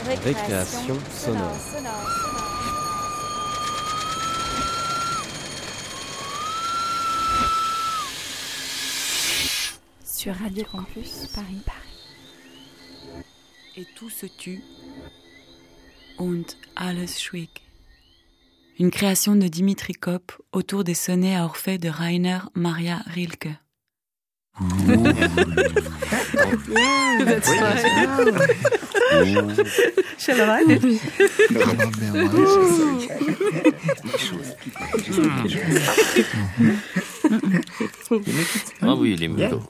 Récréation sonore. Sur Radio Campus Paris. Et tout se tut, und alles schwieg. Une création de Dimitri Kopp autour des sonnets à Orphée de Rainer Maria Rilke. That's right. Shall I write it? Ah oui, les mulots.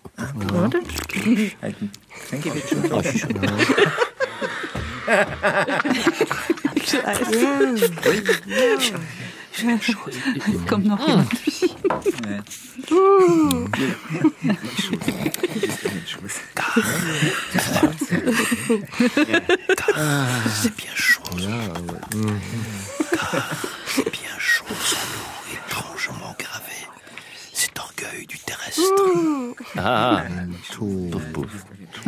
Comme dans C'est bien chaud. C'est bien chaud, son loup étrangement gravé. Cet orgueil du terrestre. Ah, pouf pouf.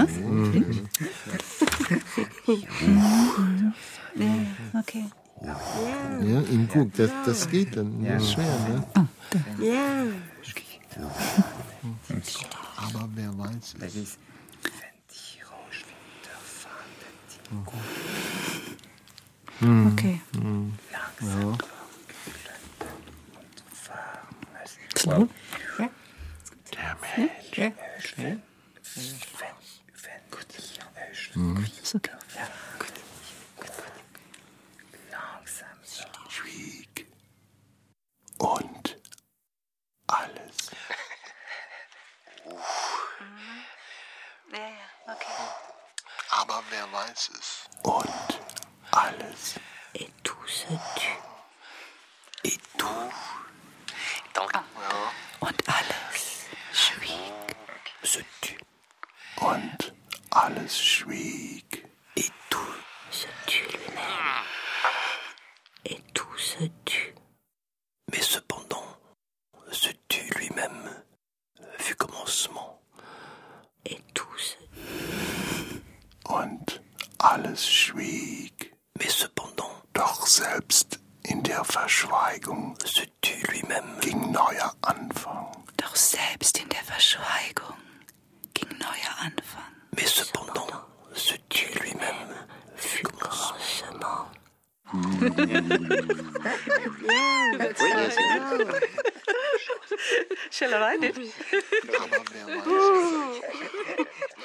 Okay. Ja, im Guck, das geht dann. Das ist schwer, ne? Ja. Aber wer weiß es. Okay. Ja. Slow. It's okay. Schwieg. Und alles. Aber wer weiß es. Und alles. Et tout se tut. Et tout. Und alles schwieg. Se tut. Und alles schwieg. Et tout. Se tut lui-même. Et tout se tut. Mais cependant, se tut lui-même, fut commencement. Et tout se Und alles schwieg. Mais cependant, Doch selbst in der Verschweigung se tut lui-même. ging neuer Anfang. Doch selbst in der Verschweigung ging neuer Anfang. Mais cependant, se tut lui-même, fut commencement. commencement. Shall I write it? Aber wer weiß es.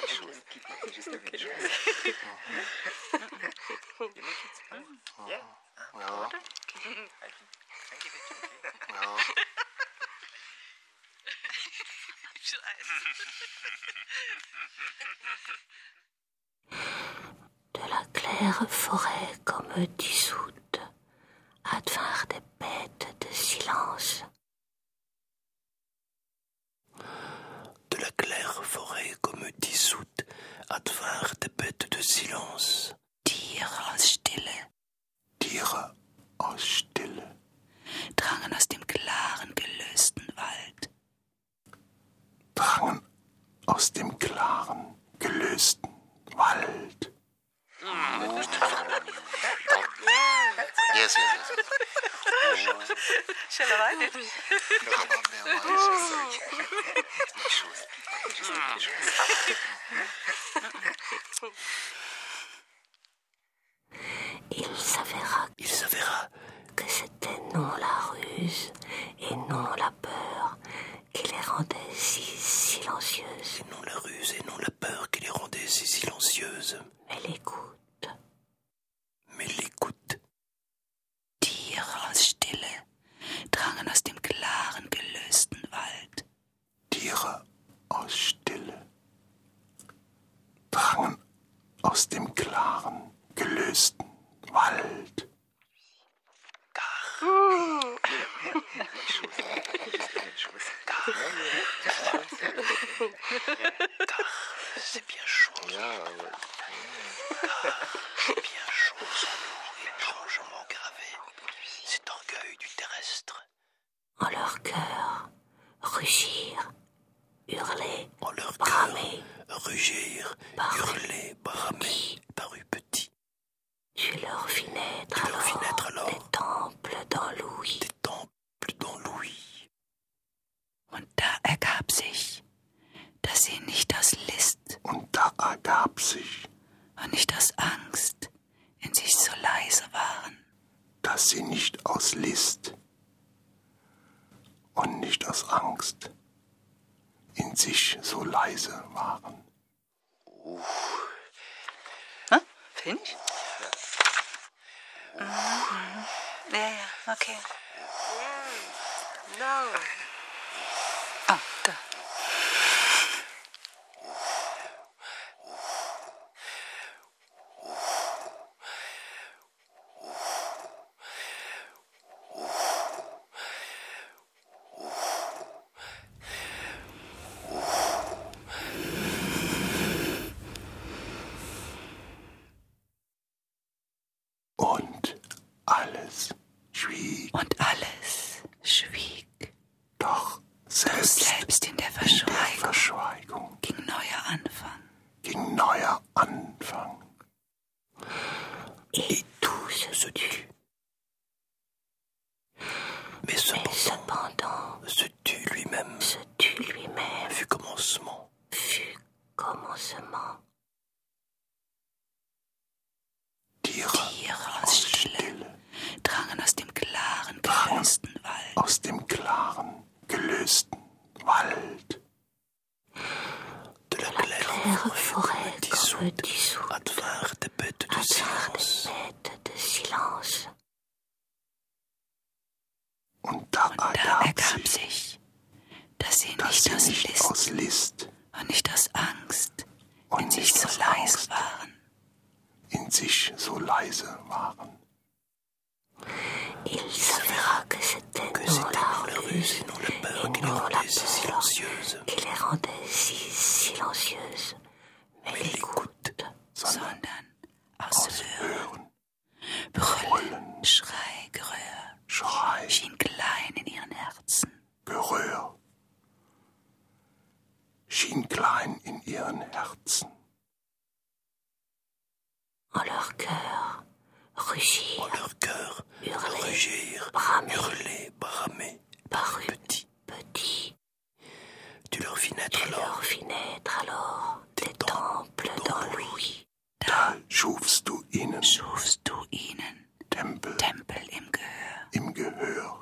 De la claire forêt comme dissoute, advinrent des bêtes de silence. De la claire forêt comme dissoute, advinrent des bêtes de silence. Tiere aus Stille Tiere aus Stille drangen aus dem klaren, gelösten Wald. drangen aus dem klaren, gelösten Wald. Yes. Shall I write it? Aber wer weiß Il s'avéra que c'était non la ruse et non la peur qui les rendait si silencieuses, Et non la ruse et non la peur qui les rendait si silencieuses. mais l'écoute. Mais l'écoute. Tiere aus Stille drangen aus dem klaren, gelösten Wald. Tiere aus Stille drangen aus dem klaren, gelösten Wald. C'est bien chaud. C'est bien chaud, son loup étrangement gravé. Cet orgueil du terrestre. En leur cœur, rugir, hurler, En leur bramer, cœur, rugir, hurler, bramer, parut petit. Tu leur fis naître alors des temples dans Louis. des temples dans Louis. Und da ergab sich, dass sie nicht aus List Und da ergab sich, und nicht aus Angst in sich so leise waren, dass sie nicht aus List und nicht aus Angst in sich so leise waren. Finish? Ja, okay. No. Ah, da. Und alles schwieg, und alles schwieg. doch selbst In der in der Verschweigung Verschweigung ging neuer Anfang. ging neuer Anfang. Et tout se tut. Mais cependant, se tut lui-même fut commencement. Commencement. Tiere aus Stille drangen aus dem klaren, gelösten Wald. Aus dem klaren, gelösten Wald. De la claire forêt dissoute advinrent des bêtes de silence. Und da Da ergab ergab sich, sich, dass sie dass nicht sie aus nicht List aus List und nicht aus Angst in und sich nicht so aus leise Angst waren. in sich so leise waren. Il s'avéra que c'était non la ruse Et non la peur qui les non la rendait si peur silencieuses. qui les rendait si silencieuses. Mais l'écoute, Sondern aus Hören, Brüllen, Schrei, Geröhr Schrei, schien klein in ihren Herzen. Geröhr schien klein in ihren Herzen. en leur cœur, rugir, En leur cœur, hurler, rugir, bramer, hurler, bramer. parut Petit, tu leur fis naître leur alors fis naître alors des temples dans Louis. Da schufst du ihnen Tempel im Gehör.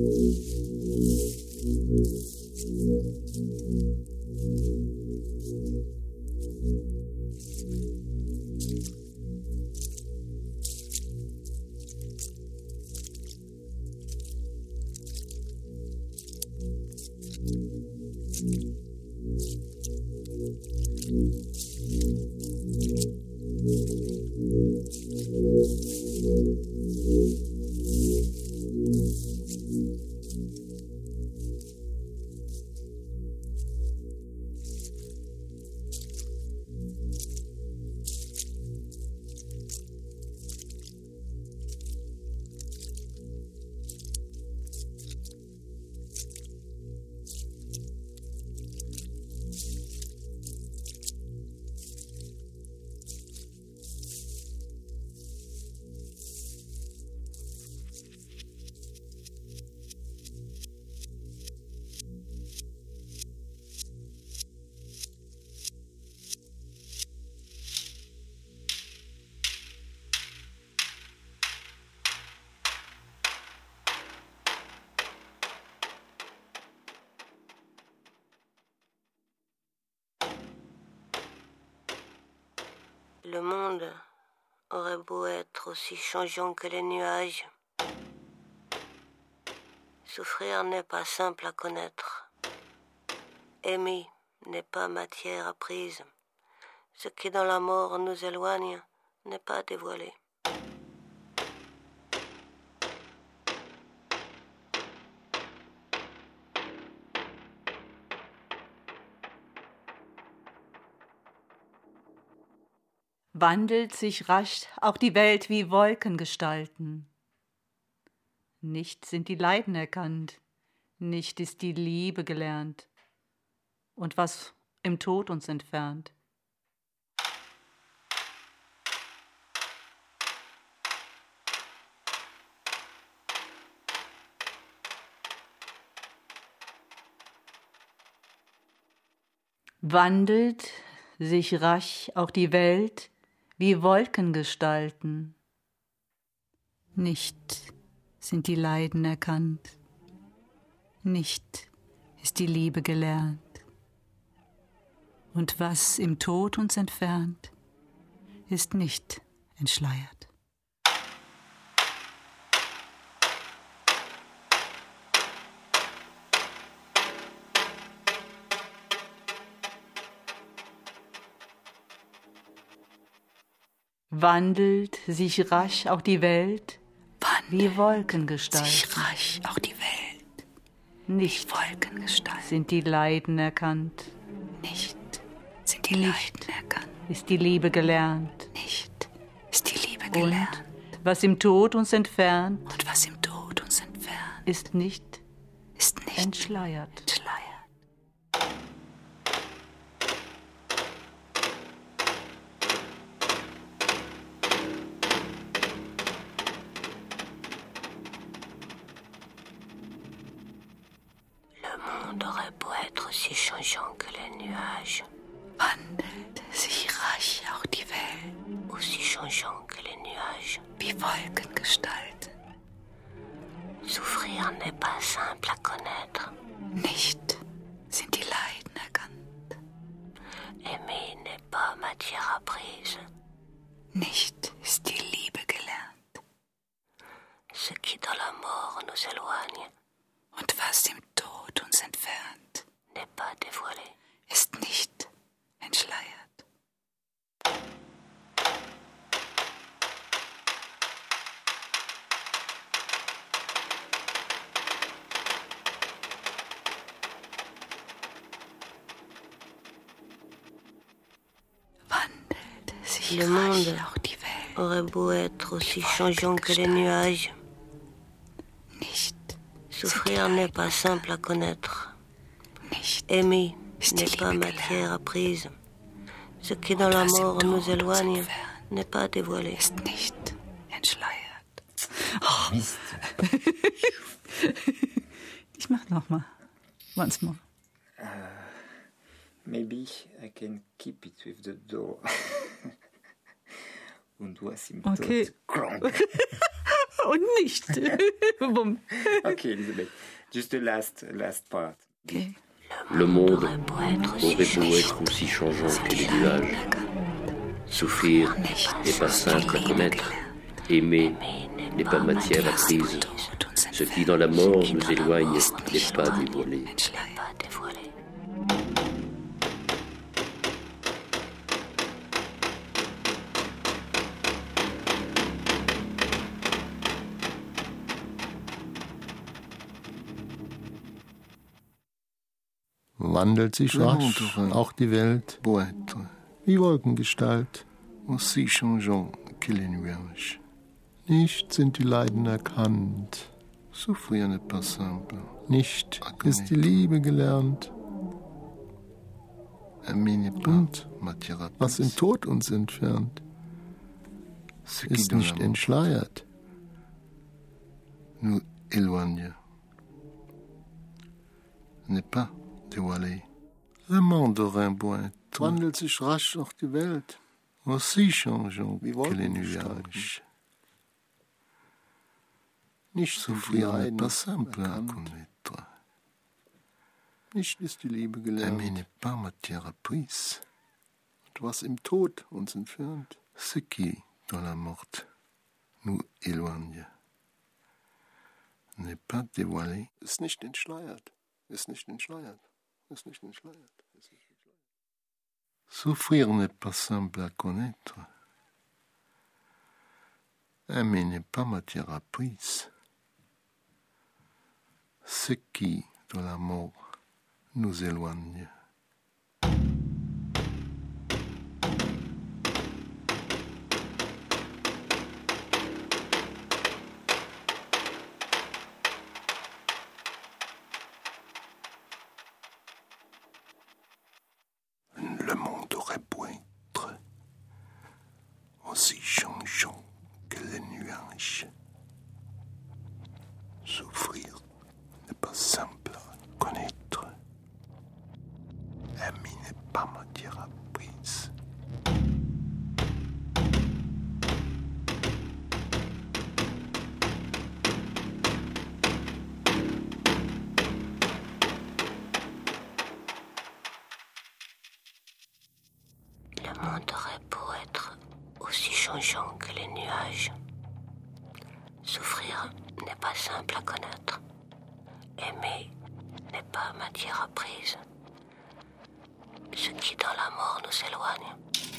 Le monde aurait beau être aussi changeant que les nuages. Souffrir n'est pas simple à connaître. Aimer n'est pas matière apprise. Ce qui dans la mort nous éloigne n'est pas dévoilé. Wandelt sich rasch auch die Welt wie Wolkengestalten. Nicht sind die Leiden erkannt, nicht ist die Liebe gelernt, und was im Tod uns entfernt. Wandelt sich rasch auch die Welt wie Wolkengestalten. Nicht sind die Leiden erkannt, nicht ist die Liebe gelernt. Und was im Tod uns entfernt, ist nicht entschleiert. Wandelt sich rasch auch die Welt wie Wolkengestalten. Sich rasch auch die Welt Nicht Wolkengestalten. sind die Leiden erkannt, Nicht sind die Leiden erkannt. ist die Liebe gelernt. Nicht ist die Liebe Und gelernt. was im Tod uns entfernt, Und was im Tod uns entfernt, ist nicht ist nicht entschleiert. entschleiert. Le monde aurait beau être aussi changeant que les nuages, Wandelt sich rasch auch die Welt aussi changeant que les nuages. wie Wolkengestalten. Souffrir n'est pas simple à connaître. Nicht sind die Leiden erkannt. Aimer n'est pas matière apprise. Nicht ist die Liebe gelernt. Ce qui dans la mort nous éloigne Und was im Tod uns entfernt, n'est pas dévoilé. ist nicht entschleiert. Wandelt sich Le rasch monde auch die Welt, aurait beau être aussi changeant que les nuages. nicht Souffrir n'est pas simple à connaître. nicht Aimer ist die n'est pas Liebe matière gelernt. apprise. Ce qui dans la was im mort Tod nous uns éloigne entfernt, n'est pas dévoilé. ist nicht entschleiert. Mist. Ich mach nochmal. Once more. Maybe I can keep it with the door. Und was im Okay. Tod kronk. und nicht. Ok, Elisabeth. Just the last part. Okay. Le monde aurait beau être aussi changeant que les nuages. Souffrir n'est pas simple à connaître. Aimer n'est pas matière apprise. Ce qui dans la mort nous éloigne n'est pas dévoilé. Wandelt sich rasch auch die Welt, wie Wolkengestalt, aussi changeant que les nuages. Nicht sind die Leiden erkannt, souffrir n'est pas simple. Nicht ist die Liebe gelernt. Und was im Tod uns entfernt, ist nicht entschleiert. Nous éloigne, n'est pas dévoilé. Le monde aurait beau être, wandelt sich rasch auch die Welt, aussi changeant que les nuages. Nicht souffrir n'est pas simple à connaître. Nicht ist die Liebe gelernt. Aimer n'est pas matière apprise. Und was im Tod uns entfernt, ce qui, dans la mort, nous éloigne, n'est pas dévoilé. Ist nicht entschleiert. Ist nicht entschleiert. Ist nicht entschleiert. Ist nicht entschleiert. Souffrir n'est pas simple à connaître. Aimer n'est pas matière apprise. Ce qui, dans la mort, nous éloigne. Le monde aurait beau être aussi changeant que les nuages. Souffrir n'est pas simple à connaître. Aimer n'est pas matière apprise. Le monde aurait beau être aussi changeant que les nuages. Souffrir n'est pas simple à connaître. Aimer n'est pas matière apprise. Ce qui dans la mort nous éloigne.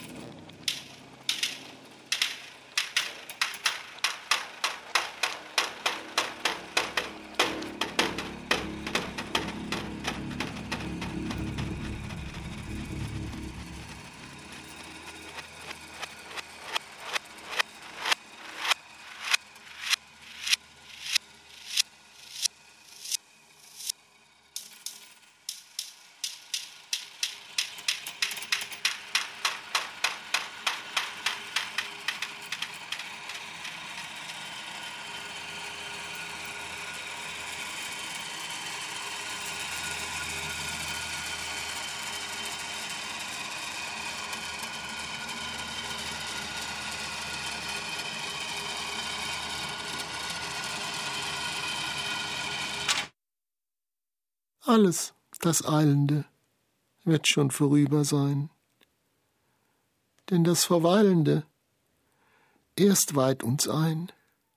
Alles, das Eilende, wird schon vorüber sein. Denn das Verweilende erst weiht uns ein.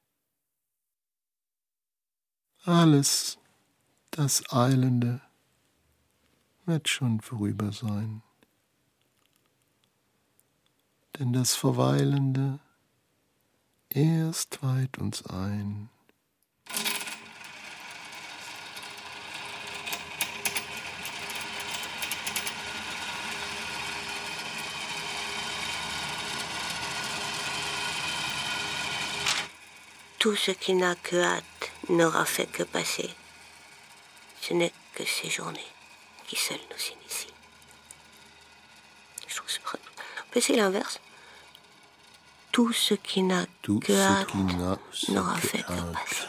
Alles, das Eilende, wird schon vorüber sein. Denn das Verweilende erst weiht uns ein. Tout ce qui n'a que hâte n'aura fait que passer. Ce n'est que ces journées qui seules nous initient. Je trouve que on peut essayer l'inverse. Tout ce qui n'a que hâte n'aura fait que passer.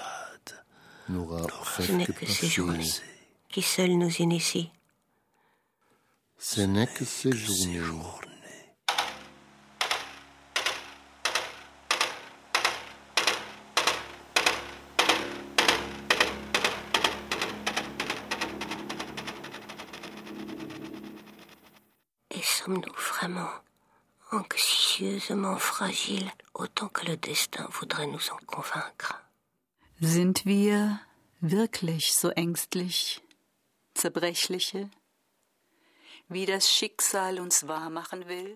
Ce n'est que ces journées qui seules nous initient. Ce n'est que ces journées. Et sommes-nous vraiment anxieusement fragiles, autant que le destin voudrait nous en convaincre? Sind wir wirklich so ängstlich, zerbrechliche, wie das Schicksal uns wahrmachen will?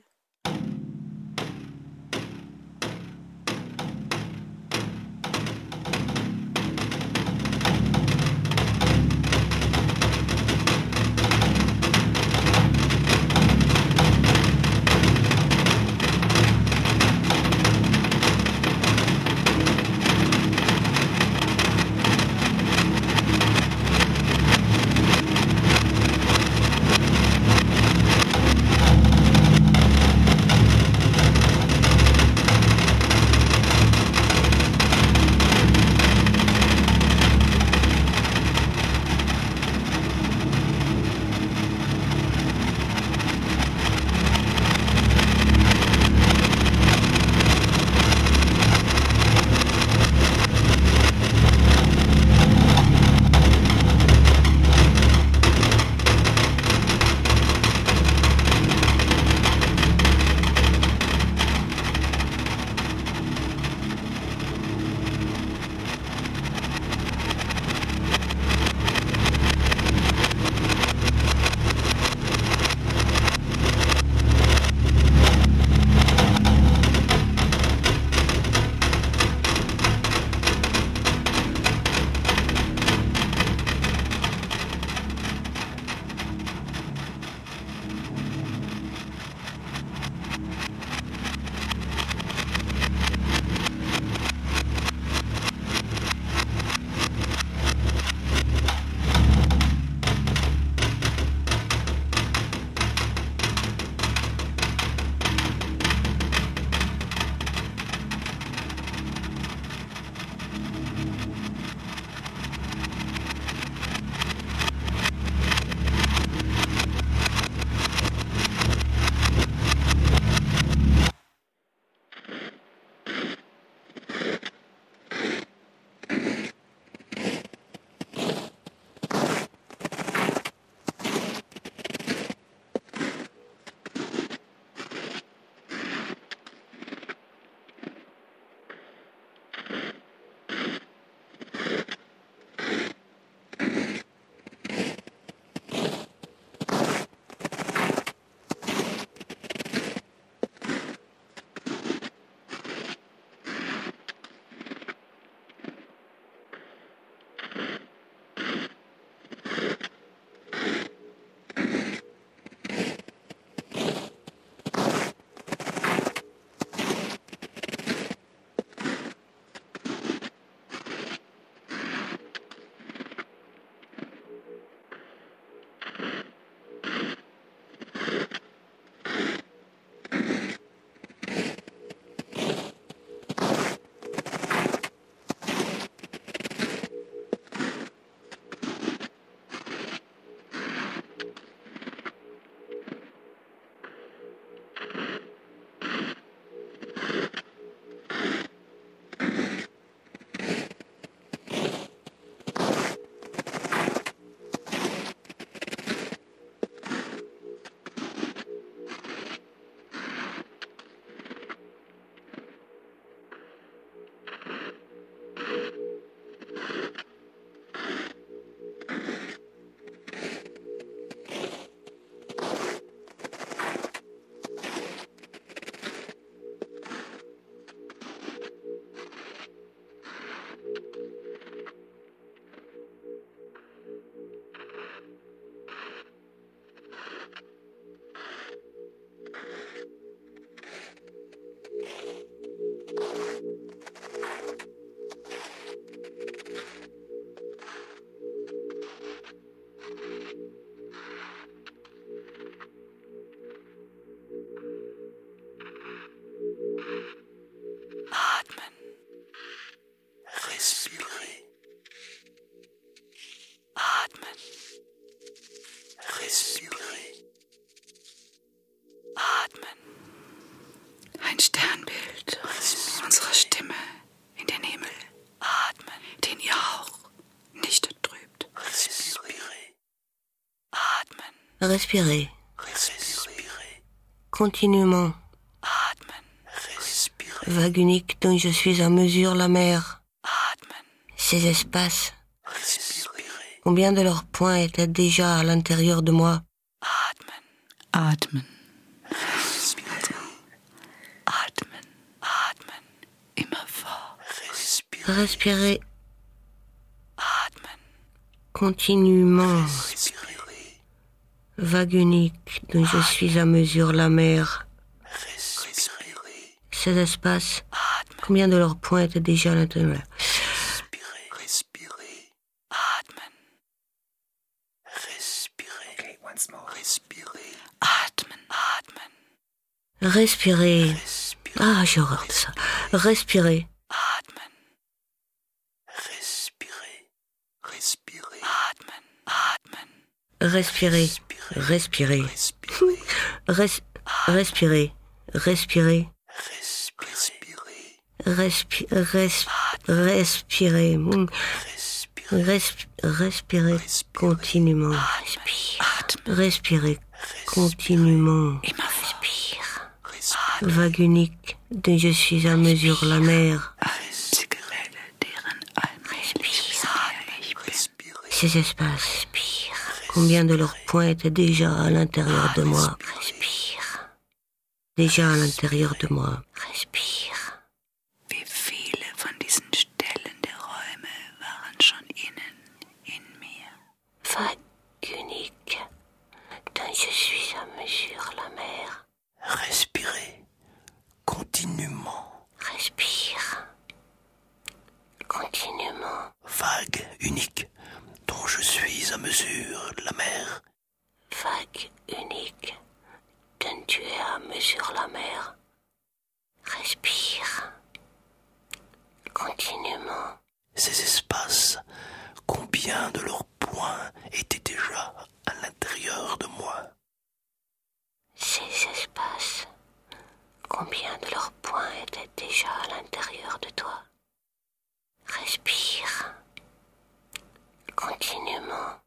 Ein Sternbild unserer Stimme in den Himmel. Atmen, den ihr Hauch nicht trübt. Respirez. Atmen. Respirez. Respirez. continuellement. Atmen. Respirer. Vague unique dont je suis à mesure la mer. Atmen. Ces espaces. Respirer. Combien de leurs points étaient déjà à l'intérieur de moi? Atmen. Atmen. Respirer. Atmen. Atmen. Immerfort. Respirer. Respirer. Atmen. Continuellement. Respirer. Vague unique dont je suis à mesure la mer. Respirer. Ces espaces. Combien de leurs points étaient déjà à l'intérieur? Respirer. Respirer. Atmen. Respirer. Okay, once more. Respirer. Atmen. Atmen. Respirer. Respirer. Ah, j'ai horreur de ça. Respirer. Atmen. Respirer. Respirer. Atmen. Atmen. Respirer. Respirer. Respirer. Respirer. Respirer. Respirer continuellement. Respirer continuellement. Vague unique dont je suis à mesure la mer. Ces espaces. Combien de leurs points étaient déjà à l'intérieur de moi? Déjà à l'intérieur de moi. Wie viele von diesen Stellen der Räume waren schon innen in mir? Vague unique dont je suis à mesure la mer. Respirer continuellement. Respire continuellement. Vague unique dont je suis à mesure la mer. Vague unique dont tu es à mesure la mer. Respire continuellement. Ces espaces, combien de leurs points étaient déjà à l'intérieur de moi? Ces espaces, combien de leurs points étaient déjà à l'intérieur de toi? Respire continuellement.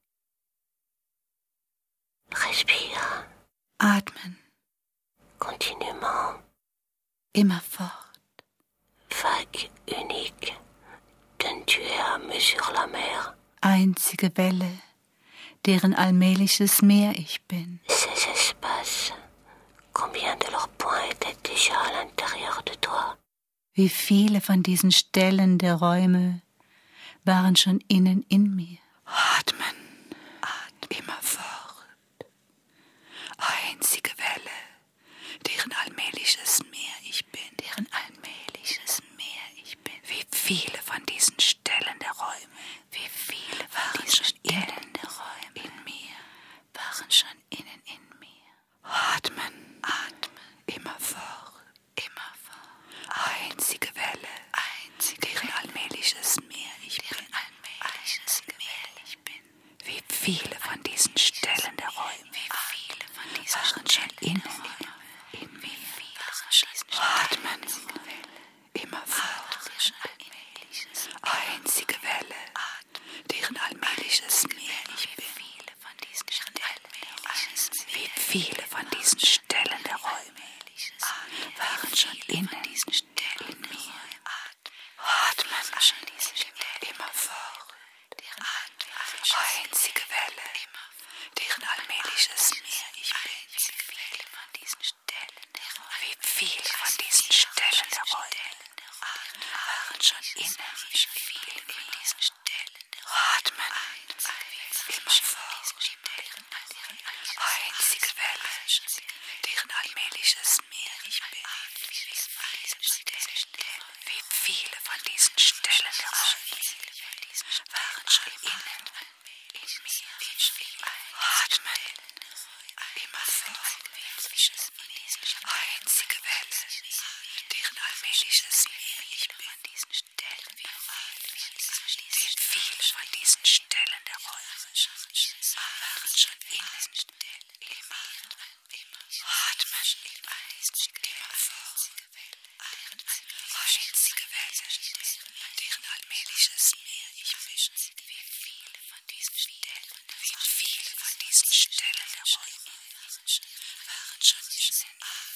Respire Atmen. continuellement. Immerfort. Vague unique dont tu es à mesure la mer. Einzige Welle, deren allmähliches Meer ich bin. Ces espaces, combien de leurs points étaient déjà à l'intérieur de toi? Wie viele von diesen Stellen der Räume waren schon innen in mir? Atmen. Immerfort. Einzige Welle, deren allmähliches Meer ich bin. Deren allmähliches Meer ich bin. Wie viele von diesen Stellen der Räume, wie viele waren schon Stellen der Räume in mir, waren schon innen in mir. Atmen. Atmen. Immerfort. Immerfort. Einzige Welle, deren allmähliches Meer ich bin. Allmähliches Meer ich bin. Wie viele von diesen Stellen der Räume, wie viele von diesen waren schon innen in mir. Atmen. Immerfort. Einzige Welle, deren allmähliches Meer ich bin. Wie viele von diesen Stellen der Räume waren schon innen in mir. Atmen. Immerfort. Einzige Welle, deren allmähliches Meer ich bin. Wie viele von diesen Stellen der Räume waren schon innen in mir. Atmen. Immerfort. Einzige Welle, deren allmähliches Meer ich bin. Wie viele von diesen Stellen der Räume waren schon innen in mir. Atmen. Immerfort. Einzige Welle, deren allmähliches Meer ich bin. Wie viele von diesen Stellen der Räume waren schon innen in mir. Atmen. Immerfort. Einzige Welle, deren allmähliches Meer ich bin. Wie viele von diesen Stellen der Räume waren schon innen in mir.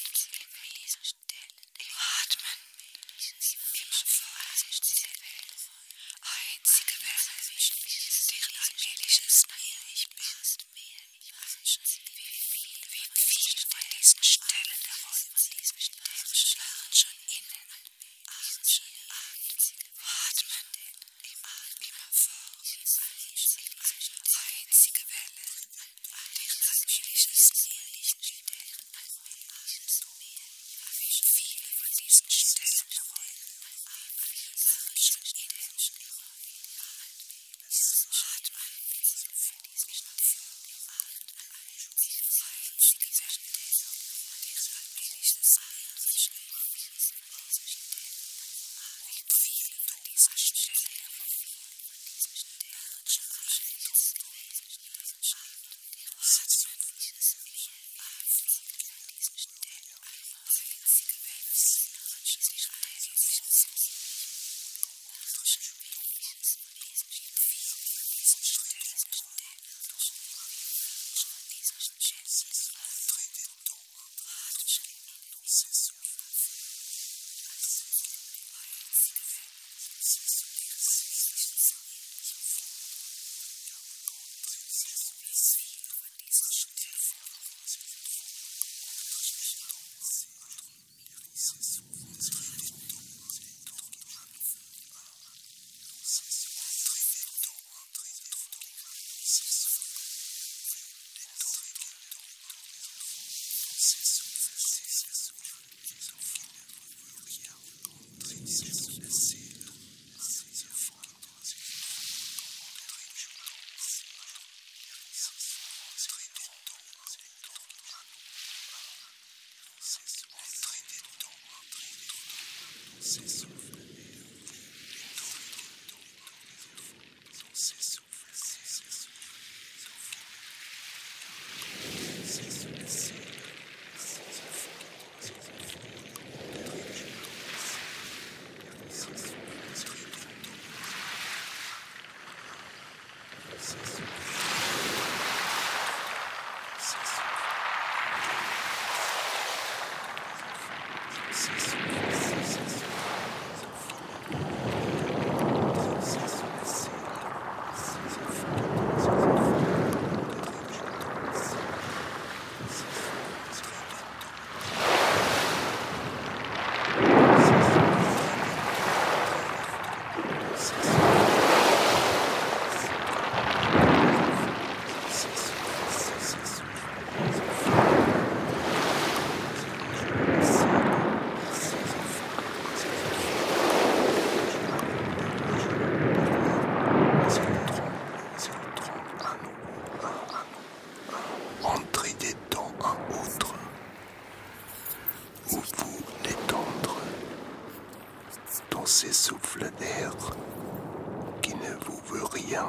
Ces souffles d'air qui ne vous veut rien,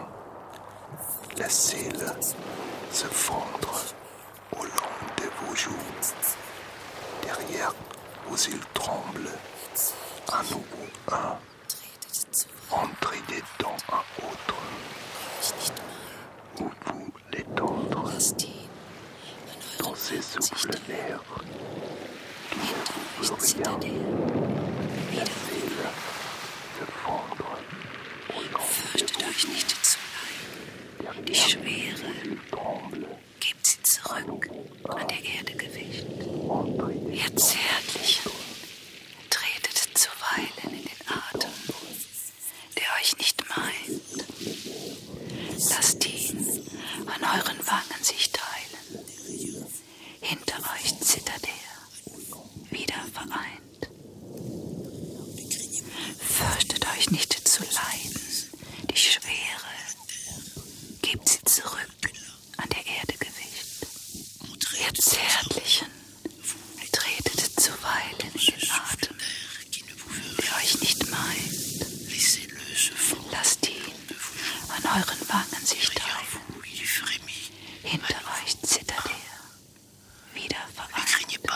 laissez-le se fondre au long de vos joues. Derrière vous il tremble, à nouveau un, entrez dedans un autre, où vous l'étendre dans ces souffles d'air qui ne vous veut rien. Laissez-le se fondre au long de vos joues. Die Schwere gebt sie zurück an der Erde Gewicht. Ihr Zärtlichen, tretet zuweilen in den Atem, der euch nicht meint. Lasst ihn an euren Wangen sich teilen. Hinter euch zittert er, wieder vereint. Fürchtet euch nicht zu leiden, die Schwere, gebt sie zurück an der Erde Gewicht. Ihr Zärtlichen, tretet zuweilen in den Atem, der euch nicht meint. Lasst ihn an euren Wangen sich teilen. Hinter euch zittert er, wieder vereint.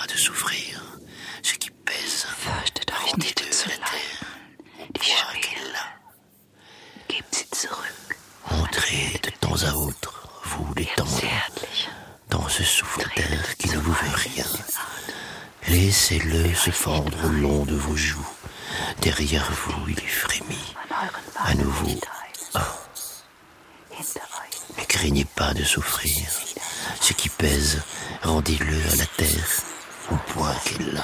Fürchtet euch nicht zu leiden, die Schwere, gebt sie zurück. Entrez de temps à autre, vous les tendre, dans ce souffle d'air qui ne vous veut rien. Laissez-le se fendre au long de vos joues. Derrière vous, il frémit. À nouveau, un. Ne craignez pas de souffrir. Ce qui pèse, rendez-le à la terre, au point qu'elle a.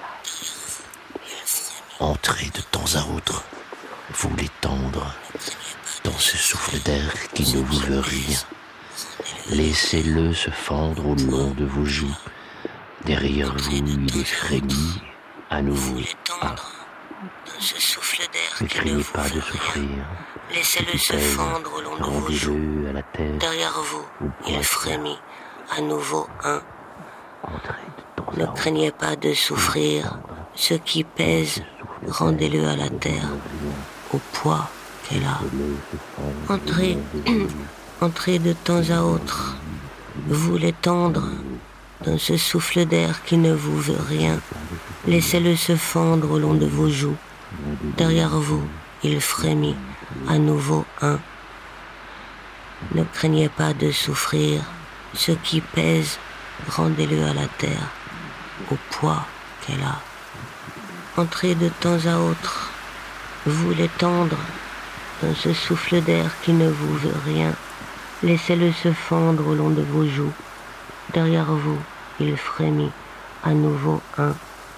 Entrez de temps à autre, vous les tendre, dans ce souffle d'air qui ne vous veut rien. Laissez-le se fendre au long de vos joues. Derrière vous, il est frémi, à nouveau. Ce souffle d'air ne craignez pas de souffrir. Laissez-le se fendre au long de vos joues. À la terre, derrière vous, il frémit, à nouveau un. Ne craignez pas de souffrir. Ce qui pèse, rendez-le à la terre, au poids qu'elle a. Entrez de temps à autre, vous les tendre, dans ce souffle d'air qui ne vous veut rien. Laissez-le se fendre au long de vos joues. Derrière vous, il frémit, à nouveau un. Ne craignez pas de souffrir. Ce qui pèse, rendez-le à la terre, au poids qu'elle a. Entrez de temps à autre, vous les tendre, dans ce souffle d'air qui ne vous veut rien. Laissez-le se fendre au long de vos joues. Derrière vous, il frémit, à nouveau un.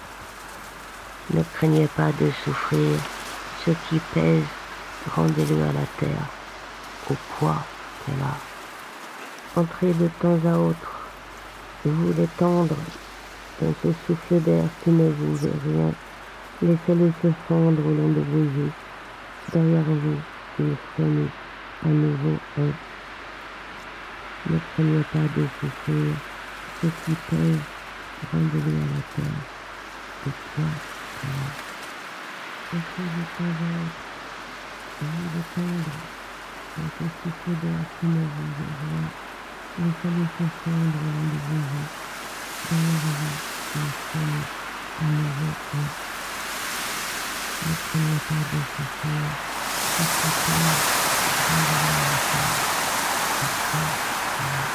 Ne craignez pas de souffrir. Ce qui pèse, rendez-le à la terre, au poids qu'elle a. Entrez de temps à autre, vous détendre dans ce souffle d'air qui ne vous veut rien. Laissez-le se fendre au long de vos joues. Derrière vous, il frémit, à nouveau un. Ne craignez pas de souffrir. Ce qui pèse, rendez-le à la terre, au poids qu'elle a. Entrez de temps à autre, vous détendre dans ce souffle d'air qui ne vous veut rien. Laissez-le se fendre au long de vos joues. Derrière vous, il frémit, à nouveau un. Ne craignez pas de souffrir. Ce qui pèse, rendez-le à la terre, au poids qu'elle a.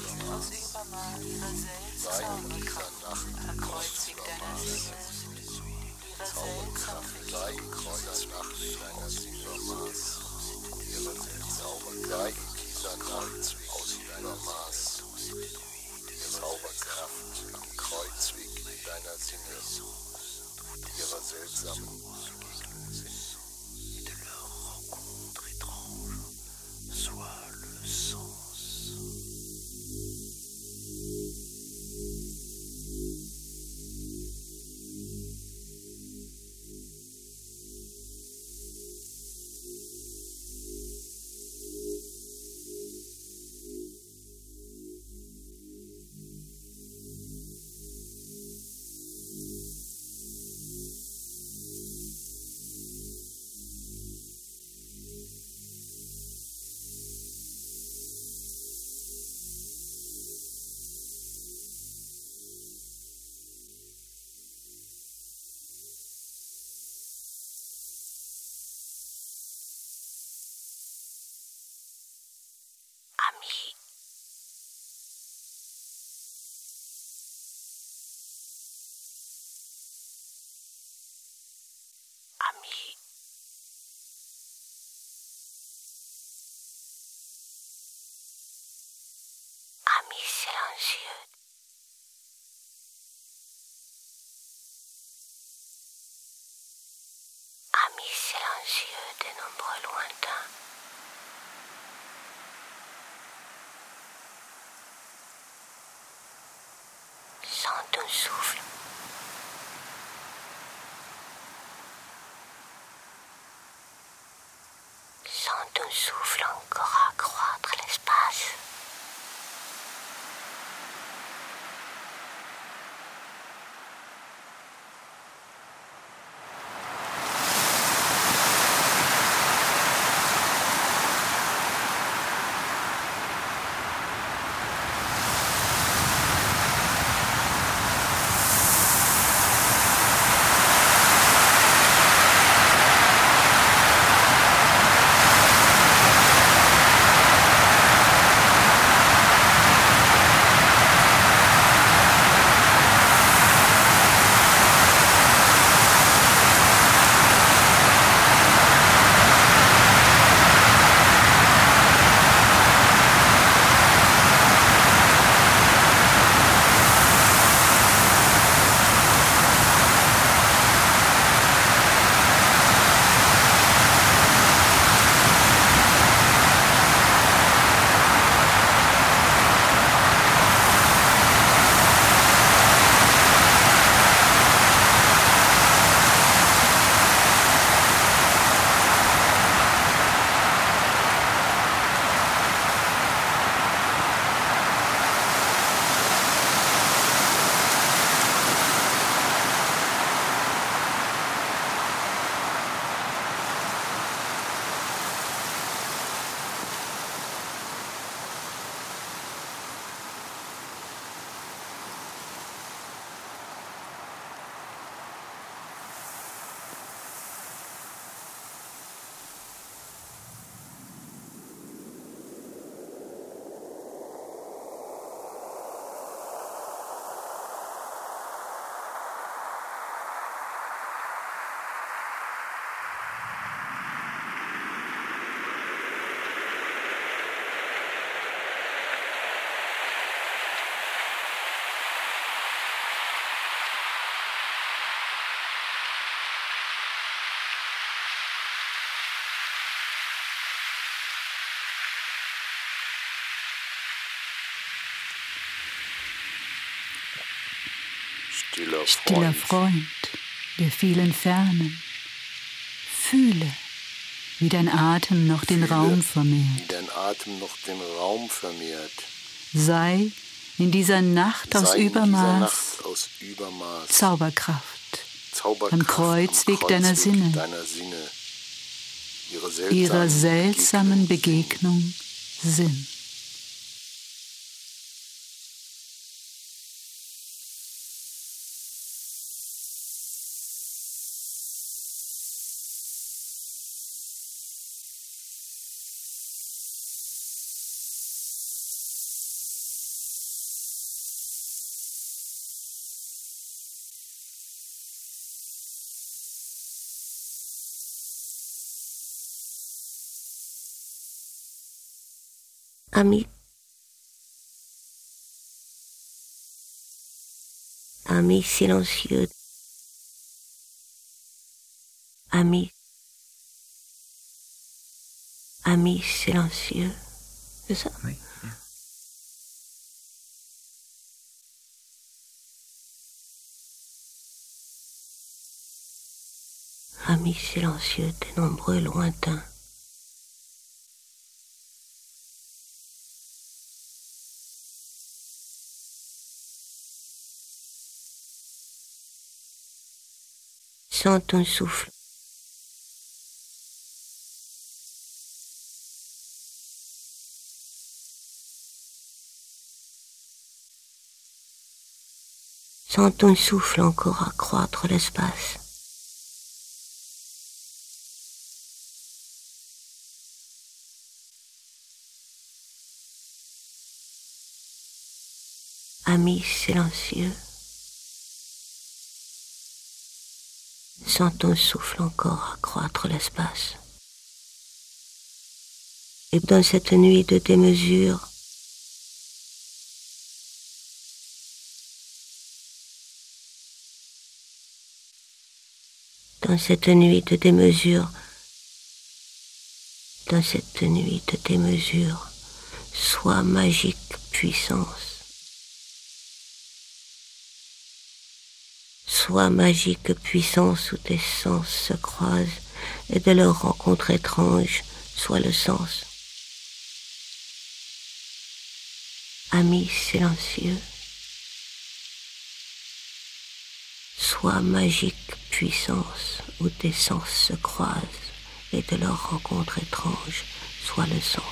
Zauberkraft, Kreuzweg deiner Seele. Ami silencieux. Ami silencieux des nombreux lointains. Sens ton souffle. Sens ton souffle encore accroître l'espace. Stiller Freund der vielen Fernen, fühle, wie dein Atem noch den Raum vermehrt. Sei in dieser Nacht aus Übermaß Zauberkraft am Kreuzweg deiner Sinne, ihrer seltsamen Begegnung Sinn. Amis. Amis silencieux. Amis. Amis silencieux. C'est ça? Oui. Amis silencieux des nombreux lointains. Sens ton souffle. Sens ton souffle encore accroître l'espace. Amis silencieux. Sens ton souffle encore accroître l'espace. Et dans cette nuit de démesure, dans cette nuit de démesure, dans cette nuit de démesure, sois magique puissance. Sois magique puissance où tes sens se croisent et de leur rencontre étrange soit le sens. Amis silencieux, sois magique puissance où tes sens se croisent et de leur rencontre étrange soit le sens.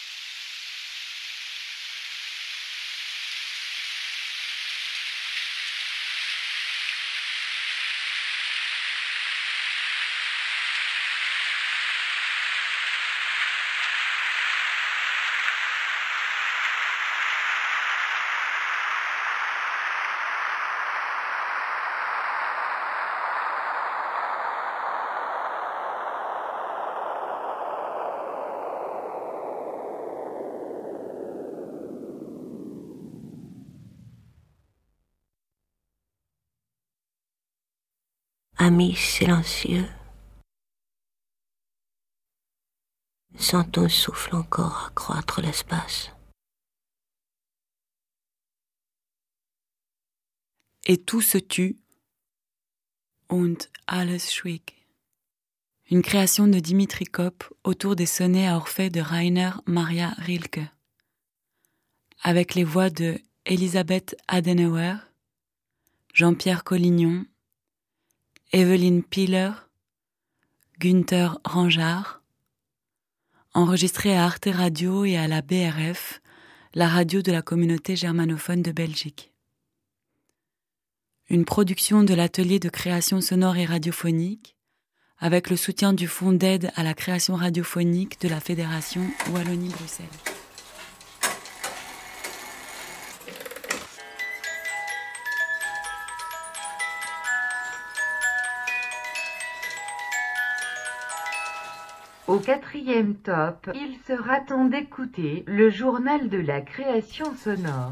Amis silencieux, sens ton souffle encore accroître l'espace. Et tout se tut, und alles schwieg. Une création de Dimitri Kopp autour des sonnets à Orphée de Rainer Maria Rilke. Avec les voix de Elisabeth Adenauer, Jean-Pierre Collignon, Evelyne Piller, Günther Ranjard, enregistré à Arte Radio et à la BRF, la radio de la communauté germanophone de Belgique. Une production de l'atelier de création sonore et radiophonique, avec le soutien du Fonds d'aide à la création radiophonique de la Fédération Wallonie-Bruxelles. Au 4e top, il sera temps d'écouter le journal de la création sonore.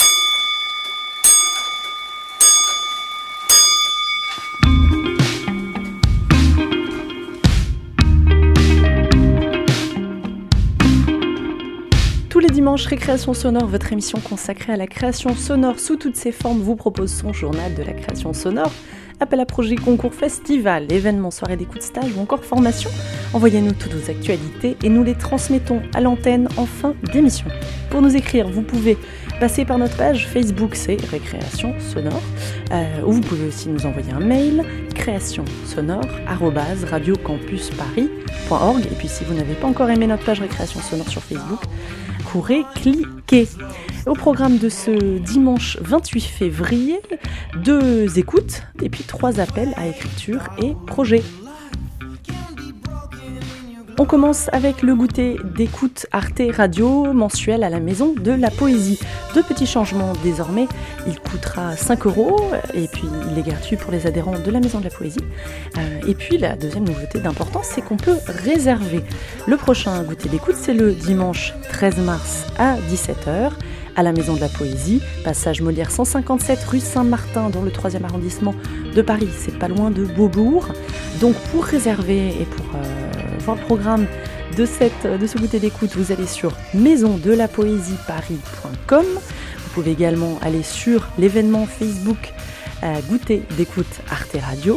Tous les dimanches, Récréation sonore, votre émission consacrée à la création sonore sous toutes ses formes, vous propose son journal de la création sonore. Appel à projet, concours, festival, événements, soirées d'écoute, stage ou encore formation. Envoyez-nous toutes vos actualités et nous les transmettons à l'antenne en fin d'émission. Pour nous écrire, vous pouvez passer par notre page Facebook, c'est Récréation sonore, ou vous pouvez aussi nous envoyer un mail, créationsonore@radiocampusparis.org. Et puis si vous n'avez pas encore aimé notre page Récréation sonore sur Facebook, courez, cliquez. Au programme de ce dimanche 28 février, 2 écoutes et puis 3 appels à écriture et projet. On commence avec le goûter d'écoute Arte Radio mensuel à la Maison de la Poésie. 2 petits changements désormais. Il coûtera 5 € et puis il est gratuit pour les adhérents de la Maison de la Poésie. Et puis la deuxième nouveauté d'importance, c'est qu'on peut réserver. Le prochain goûter d'écoute, c'est le dimanche 13 mars à 17h. À la Maison de la Poésie, passage Molière 157 rue Saint-Martin dans le 3e arrondissement de Paris, c'est pas loin de Beaubourg. Donc pour réserver et pour voir le programme de ce goûter d'écoute, vous allez sur maisondelapoésieparis.com. Vous pouvez également aller sur l'événement Facebook goûter d'écoute Arte Radio.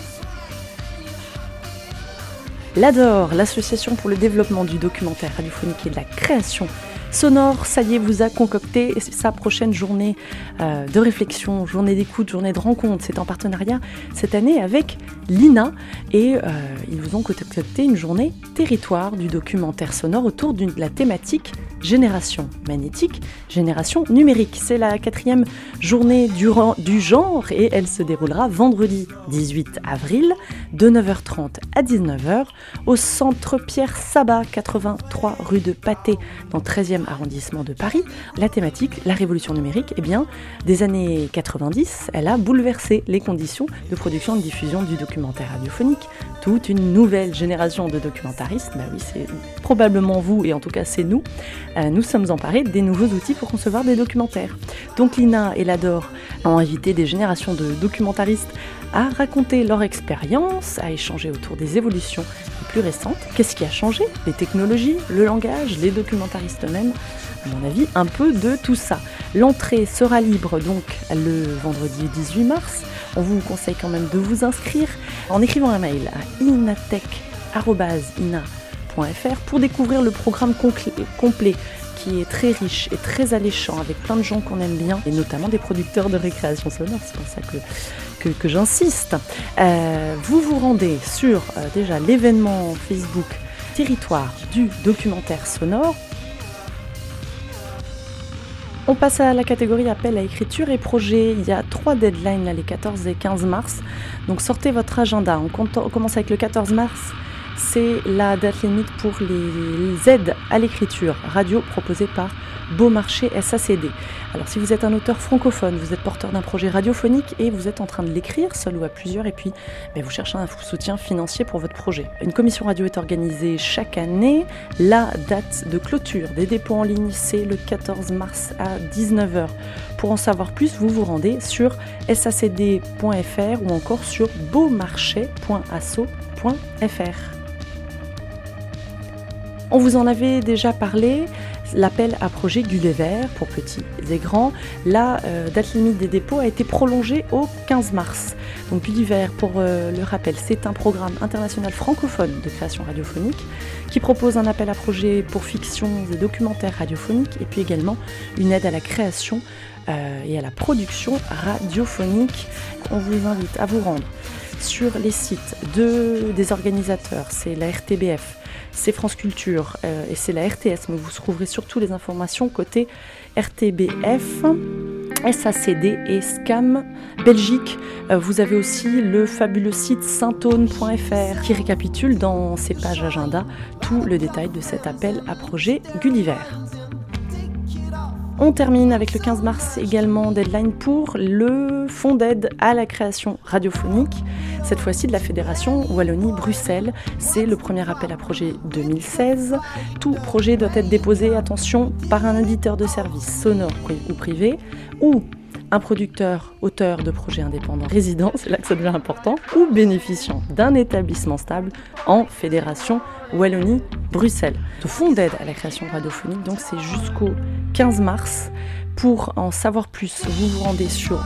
L'ADOR, l'association pour le développement du documentaire radiophonique et de la création sonore, ça y est, vous a concocté sa prochaine journée de réflexion, journée d'écoute, journée de rencontre. C'est en partenariat cette année avec l'INA et ils vous ont concocté une journée territoire du documentaire sonore autour de la thématique génération magnétique, génération numérique. C'est la 4e journée du genre et elle se déroulera vendredi 18 avril de 9h30 à 19h au centre Pierre Sabat, 83 rue de Patay dans le 13e arrondissement de Paris. La thématique, la révolution numérique, des années 90, elle a bouleversé les conditions de production et de diffusion du documentaire radiophonique. Toute une nouvelle génération de documentaristes, oui, c'est probablement vous et en tout cas c'est nous, nous sommes emparés des nouveaux outils pour concevoir des documentaires. Donc l'INA et l'ADOR ont invité des générations de documentaristes à raconter leur expérience, à échanger autour des évolutions les plus récentes. Qu'est-ce qui a changé ? Les technologies, le langage, les documentaristes eux-mêmes, à mon avis, un peu de tout ça. L'entrée sera libre donc le vendredi 18 mars. On vous conseille quand même de vous inscrire en écrivant un mail à inatech@ina.fr pour découvrir le programme complet qui est très riche et très alléchant avec plein de gens qu'on aime bien et notamment des producteurs de récréation sonore. C'est pour ça que j'insiste. Vous vous rendez sur déjà l'événement Facebook Territoire du documentaire sonore. On passe à la catégorie appel à écriture et projet. Il y a 3 deadlines là, les 14 et 15 mars. Donc sortez votre agenda. On commence avec le 14 mars. C'est la date limite pour les aides à l'écriture radio proposées par Beaumarchais SACD. Alors si vous êtes un auteur francophone, vous êtes porteur d'un projet radiophonique et vous êtes en train de l'écrire seul ou à plusieurs et puis vous cherchez un soutien financier pour votre projet. Une commission radio est organisée chaque année. La date de clôture des dépôts en ligne, c'est le 14 mars à 19h. Pour en savoir plus, vous vous rendez sur sacd.fr ou encore sur beaumarchais.asso.fr. On vous en avait déjà parlé, l'appel à projet Gulliver pour petits et grands. La date limite des dépôts a été prolongée au 15 mars. Donc Gulliver, pour le rappel, c'est un programme international francophone de création radiophonique qui propose un appel à projet pour fiction et documentaires radiophoniques et puis également une aide à la création et à la production radiophonique. On vous invite à vous rendre sur les sites des organisateurs, c'est la RTBF, c'est France Culture et c'est la RTS, mais vous trouverez surtout les informations côté RTBF, SACD et SCAM Belgique. Vous avez aussi le fabuleux site saintone.fr qui récapitule dans ses pages agenda tout le détail de cet appel à projet Gulliver. On termine avec le 15 mars également, deadline pour le fonds d'aide à la création radiophonique, cette fois-ci de la Fédération Wallonie-Bruxelles. C'est le premier appel à projet 2016. Tout projet doit être déposé, attention, par un éditeur de services sonore ou privé, ou un producteur, auteur de projets indépendants résident, c'est là que ça devient important, ou bénéficiant d'un établissement stable en Fédération Wallonie-Bruxelles. Le fonds d'aide à la création radiophonique, donc c'est jusqu'au 15 mars. Pour en savoir plus, vous vous rendez sur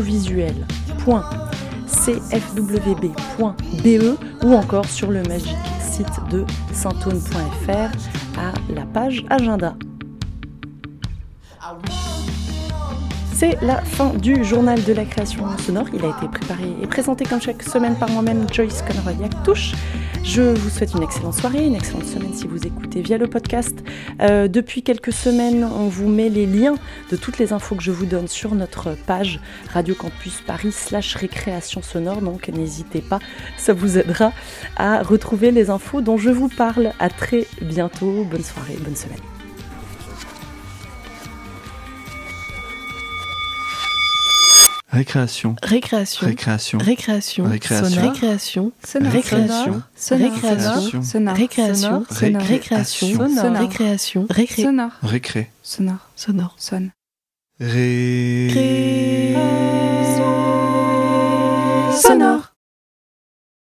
audiovisuel.cfwb.be ou encore sur le magique site de saintone.fr à la page agenda. C'est la fin du journal de la création sonore. Il a été préparé et présenté comme chaque semaine par moi-même, Joyce Conroy-Actouche. Je vous souhaite une excellente soirée, une excellente semaine si vous écoutez via le podcast. Depuis quelques semaines, on vous met les liens de toutes les infos que je vous donne sur notre page Radio Campus Paris /récréation sonore. Donc n'hésitez pas, ça vous aidera à retrouver les infos dont je vous parle. À très bientôt. Bonne soirée, bonne semaine. Récréation. Récréation. Récréation. Récréation. Récréation. Récréation. Récréation. Récréation. Récréation. Récréation. Récréation. Récréation. Récré. Sonore. Sonore. Sonne. Ré. Sonore.